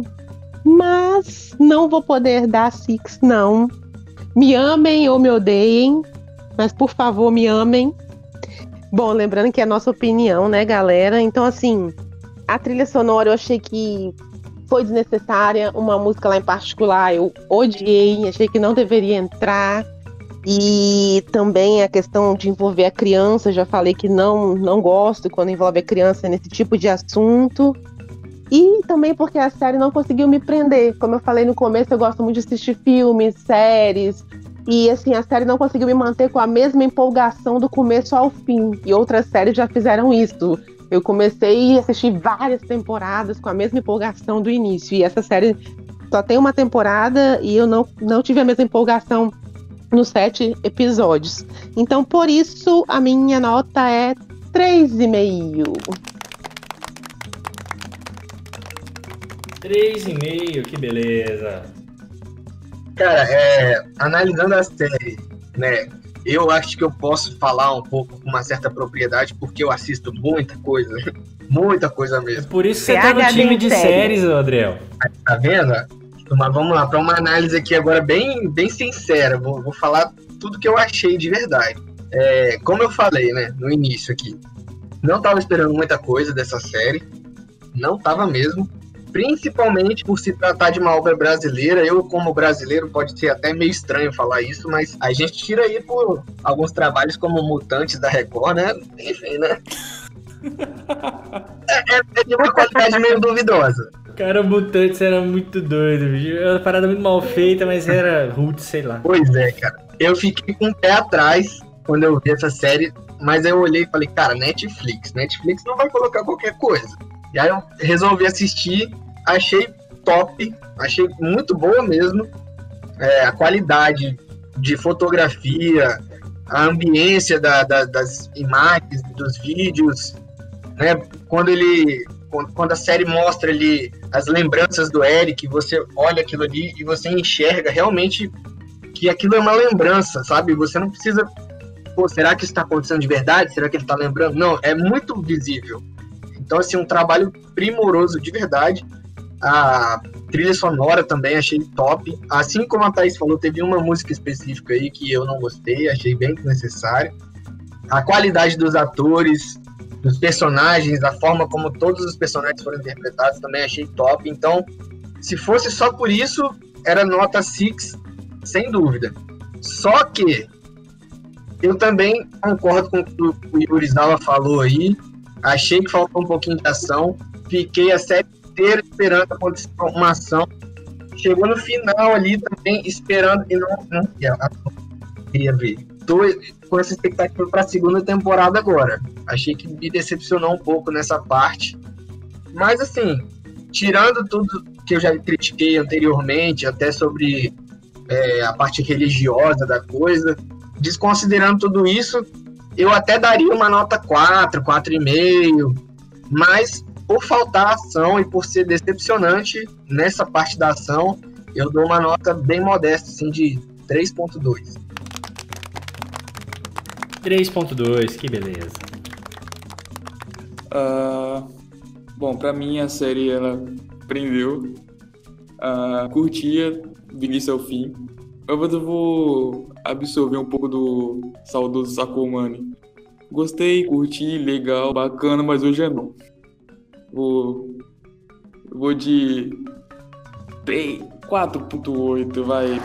Mas não vou poder dar 6, não. Me amem ou me odeiem, mas por favor, me amem. Bom, lembrando que é a nossa opinião, né, galera? Então, assim, a trilha sonora eu achei que foi desnecessária. Uma música lá em particular eu odiei, achei que não deveria entrar. E também a questão de envolver a criança, já falei que não gosto quando envolve a criança nesse tipo de assunto. E também porque a série não conseguiu me prender. Como eu falei no começo, eu gosto muito de assistir filmes, séries. E assim, a série não conseguiu me manter com a mesma empolgação do começo ao fim. E outras séries já fizeram isso. Eu comecei a assistir várias temporadas com a mesma empolgação do início. E essa série só tem uma temporada e eu não tive a mesma empolgação nos 7 episódios. Então, por isso, a minha nota é 3,5. 3,5, que beleza. Cara, analisando a série, né, eu acho que eu posso falar um pouco com uma certa propriedade, porque eu assisto muita coisa É mesmo. por isso que você tá no time de séries, Adriel. Tá vendo? Mas vamos lá, para uma análise aqui agora bem, bem sincera, vou falar tudo que eu achei de verdade. Como eu falei, né, no início aqui, não tava esperando muita coisa dessa série, não tava mesmo. principalmente por se tratar de uma obra brasileira. Eu, como brasileiro, pode ser até meio estranho falar isso, mas a gente tira aí por alguns trabalhos como Mutantes da Record, né? Enfim, né? É de uma qualidade meio duvidosa. Cara, o Mutantes era muito doido, bicho. Era uma parada muito mal feita, mas era roots, sei lá. Pois é, cara. Eu fiquei com o pé atrás quando eu vi essa série, mas eu olhei e falei, cara, Netflix não vai colocar qualquer coisa. E aí eu resolvi assistir, achei top, achei muito boa mesmo. A qualidade de fotografia, a ambiência das imagens, dos vídeos, né? Quando a série mostra ali as lembranças do Eric, você olha aquilo ali e você enxerga realmente que aquilo é uma lembrança, sabe? Você não precisa... Pô, será que isso está acontecendo de verdade? Será que ele está lembrando? Não, é muito visível. Então, assim, um trabalho primoroso de verdade. A trilha sonora também achei top. Assim como a Thaís falou, teve uma música específica aí que eu não gostei, achei bem desnecessário. A qualidade dos atores, dos personagens, a forma como todos os personagens foram interpretados, também achei top. Então, se fosse só por isso, era nota 6, sem dúvida. Só que eu também concordo com o que o Yurizawa falou aí. Achei que faltou um pouquinho de ação. Fiquei a série inteira esperando acontecer uma ação. Chegou no final ali também, esperando e não queria ver. Tô com essa expectativa para a segunda temporada agora. Achei que me decepcionou um pouco nessa parte. Mas assim, tirando tudo que eu já critiquei anteriormente, até sobre a parte religiosa da coisa, desconsiderando tudo isso, eu até daria uma nota 4, 4,5, mas por faltar ação e por ser decepcionante nessa parte da ação, eu dou uma nota bem modesta, assim, de 3,2. 3,2, que beleza. Bom, pra mim a série, ela prendeu, curtia do início ao fim. Eu vou absorver um pouco do saudoso Sakomani. Gostei, curti, legal, bacana, mas hoje é não. Vou de 4,8, vai.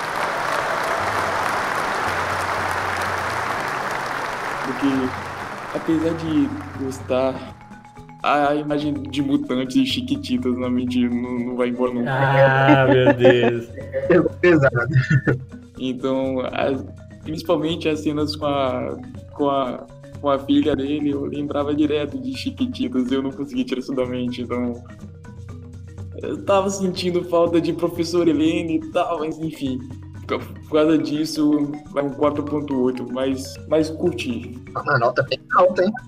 Porque, apesar de gostar, a imagem de Mutantes e Chiquititas na mente não vai embora nunca. Ah, meu Deus. É pesado. Então, principalmente as cenas com a filha dele, eu lembrava direto de Chiquititas, eu não conseguia tirar isso da mente, então eu tava sentindo falta de Professor Helene e tal, mas enfim, por causa disso vai um 4,8, mas curti. Uma nota bem alta, hein?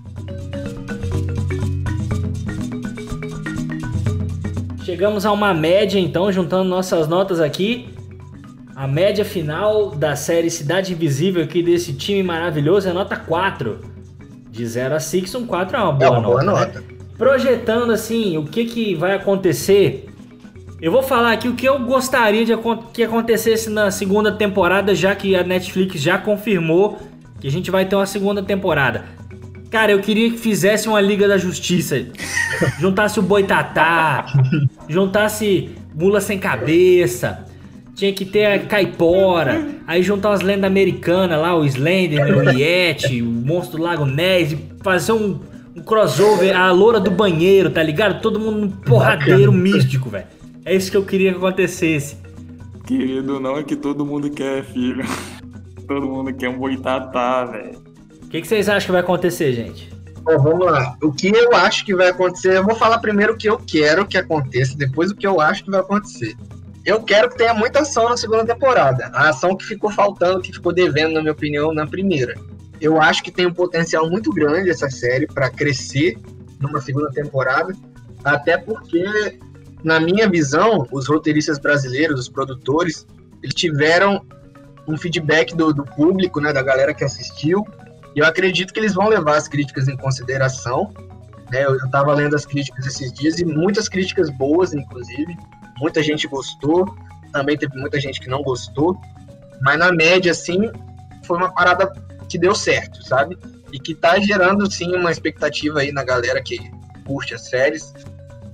Chegamos a uma média, então, juntando nossas notas aqui. A média final da série Cidade Invisível aqui desse time maravilhoso é nota 4. De 0 a 6, um 4 é uma boa nota. Boa nota. Né? Projetando, assim, o que vai acontecer, eu vou falar aqui o que eu gostaria que acontecesse na segunda temporada, já que a Netflix já confirmou que a gente vai ter uma segunda temporada. Cara, eu queria que fizesse uma Liga da Justiça. Juntasse o Boitatá, juntasse Mula Sem Cabeça, tinha que ter a Caipora, aí juntar umas lendas americanas lá, o Slender, o Yeti, o Monstro do Lago Ness, e fazer um crossover, a Loura do Banheiro, tá ligado? Todo mundo num porradeiro místico, velho. É isso que eu queria que acontecesse. Querido, não é que todo mundo quer, filho. Todo mundo quer um Boitatá, velho. O que vocês acham que vai acontecer, gente? Bom, vamos lá. O que eu acho que vai acontecer, eu vou falar primeiro o que eu quero que aconteça, depois o que eu acho que vai acontecer. Eu quero que tenha muita ação na segunda temporada. A ação que ficou faltando, que ficou devendo, na minha opinião, na primeira. Eu acho que tem um potencial muito grande essa série para crescer numa segunda temporada, até porque, na minha visão, os roteiristas brasileiros, os produtores, eles tiveram um feedback do público, né, da galera que assistiu, e eu acredito que eles vão levar as críticas em consideração. Né? Eu estava lendo as críticas esses dias, e muitas críticas boas, inclusive. Muita gente gostou, também teve muita gente que não gostou, mas na média, assim, foi uma parada que deu certo, sabe? E que tá gerando, sim, uma expectativa aí na galera que curte as séries.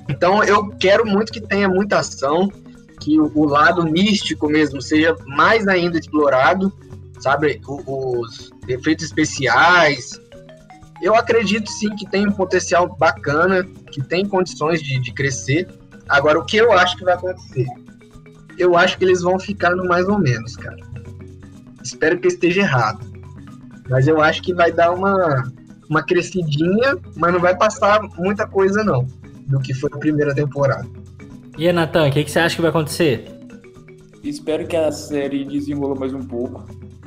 Então eu quero muito que tenha muita ação, que o lado místico mesmo seja mais ainda explorado, sabe? Os efeitos especiais. Eu acredito sim que tem um potencial bacana, que tem condições de crescer. Agora, o que eu acho que vai acontecer? Eu acho que eles vão ficar no mais ou menos, cara. Espero que eu esteja errado. Mas eu acho que vai dar uma crescidinha, mas não vai passar muita coisa não, do que foi a primeira temporada. E aí, Natan, o que você acha que vai acontecer? Espero que a série desenvolva mais um pouco.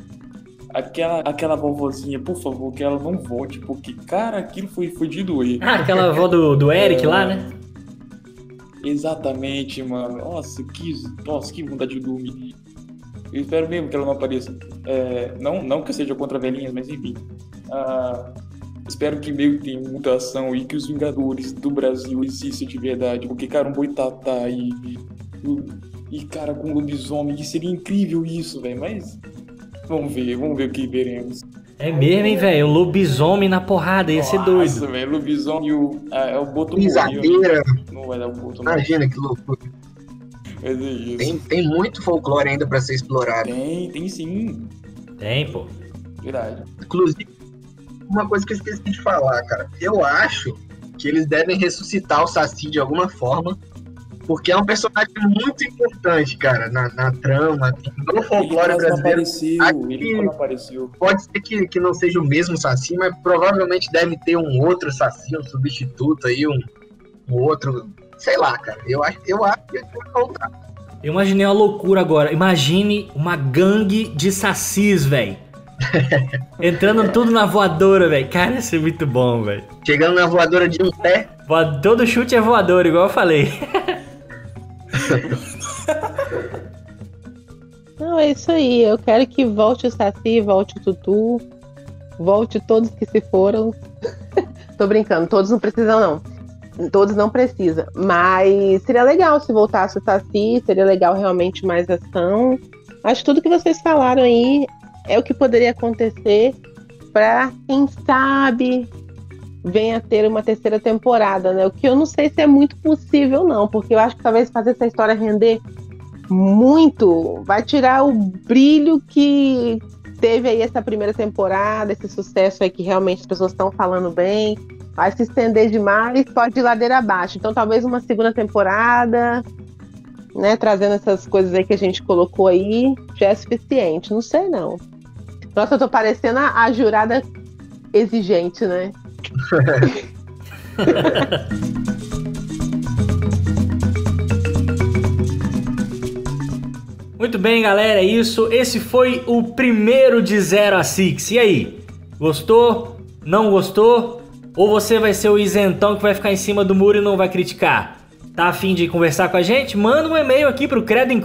Aquela vovozinha, por favor, que ela não volte, porque, cara, aquilo foi de doer. Ah, aquela avó do Eric lá, né? Exatamente, mano. Nossa, que vontade de dormir. Eu espero mesmo que ela não apareça. Não que eu seja contra velhinhas, mas enfim. Espero que meio que tenha muita ação e que os Vingadores do Brasil existam de verdade. Porque, cara, um boitatá e cara, com um lobisomem, seria incrível isso, velho. Mas vamos ver o que veremos. É mesmo, hein, velho? O lobisomem na porrada, ia ser doido. Nossa, velho, lobisomem e o Boto Pisadeira. Não vai dar o Boto, não. Imagina que loucura. Mas é isso. Tem muito folclore ainda pra ser explorado. Tem sim. Tem, pô. Verdade. Inclusive, uma coisa que eu esqueci de falar, cara. Eu acho que eles devem ressuscitar o Saci de alguma forma, porque é um personagem muito importante, cara, na trama, no folclore brasileiro. Ele não apareceu. Pode ser que não seja o mesmo Saci, mas provavelmente deve ter um outro Saci, um substituto aí, um outro, sei lá, cara. Eu acho que ele vai voltar. Eu imaginei uma loucura agora. Imagine uma gangue de sacis, velho. Entrando tudo na voadora, velho. Cara, isso é muito bom, velho. Chegando na voadora de um pé. Todo chute é voador, igual eu falei. Não, é isso aí. Eu quero que volte o Saci, volte o Tutu, volte todos que se foram. Tô brincando, todos não precisam, não. Todos não precisam. Mas seria legal se voltasse o Saci, seria legal realmente mais ação. Acho que tudo que vocês falaram aí é o que poderia acontecer para, quem sabe, venha a ter uma terceira temporada, né? O que eu não sei se é muito possível, não, porque eu acho que talvez fazer essa história render muito vai tirar o brilho que teve aí essa primeira temporada, esse sucesso aí que realmente as pessoas estão falando bem. Vai se estender demais, pode ir ladeira abaixo. Então talvez uma segunda temporada, né, trazendo essas coisas aí que a gente colocou aí, já é suficiente. Não sei, não. Nossa, eu tô parecendo a jurada exigente, né? Muito bem, galera, é isso. Esse foi o primeiro de 0 a 6. E aí? Gostou? Não gostou? Ou você vai ser o isentão que vai ficar em cima do muro e não vai criticar? Tá a fim de conversar com a gente? Manda um e-mail aqui pro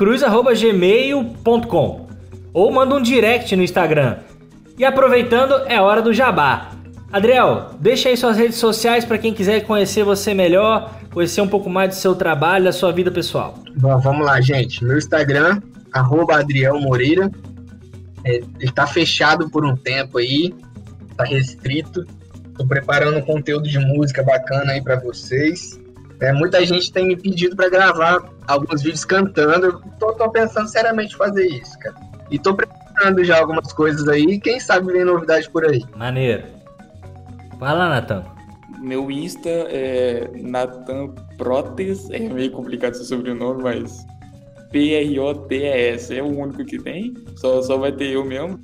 credoemcruz@gmail.com ou manda um direct no Instagram. E aproveitando, é hora do jabá. Adriel, deixa aí suas redes sociais para quem quiser conhecer você melhor, conhecer um pouco mais do seu trabalho, da sua vida pessoal. Bom, vamos lá, gente. Meu Instagram, @Adriel Moreira. Ele tá fechado por um tempo aí, tá restrito. Tô preparando um conteúdo de música bacana aí para vocês. Muita gente tem me pedido para gravar alguns vídeos cantando. Eu tô pensando seriamente em fazer isso, cara. E tô preparando já algumas coisas aí. Quem sabe vem novidade por aí. Maneiro. Vai lá, Natan. Meu Insta é Natan Protes. É meio complicado esse sobrenome, mas Protes é o único que tem. Só vai ter eu mesmo.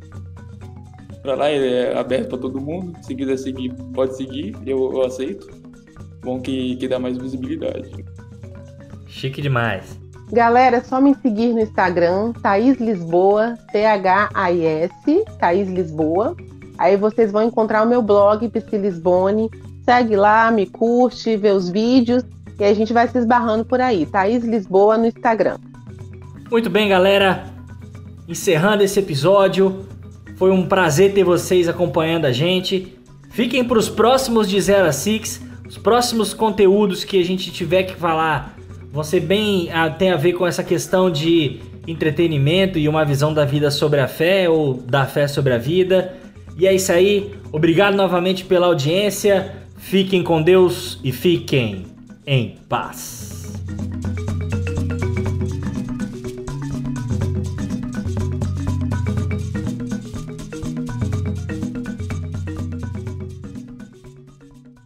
Pra lá é aberto pra todo mundo. Se quiser seguir, pode seguir. Eu aceito. Bom que dá mais visibilidade. Chique demais. Galera, é só me seguir no Instagram, Thaís Lisboa, THIS, Thaís Lisboa. Aí vocês vão encontrar o meu blog, Psi Lisbone. Segue lá, me curte, vê os vídeos. E a gente vai se esbarrando por aí. Thaís Lisboa no Instagram. Muito bem, galera. Encerrando esse episódio. Foi um prazer ter vocês acompanhando a gente. Fiquem para os próximos de 0 a 6. Os próximos conteúdos que a gente tiver que falar vão ser bem... tem a ver com essa questão de entretenimento e uma visão da vida sobre a fé ou da fé sobre a vida. E é isso aí. Obrigado novamente pela audiência. Fiquem com Deus e fiquem em paz.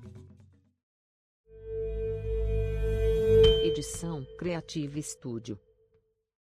Edição Creative Studio.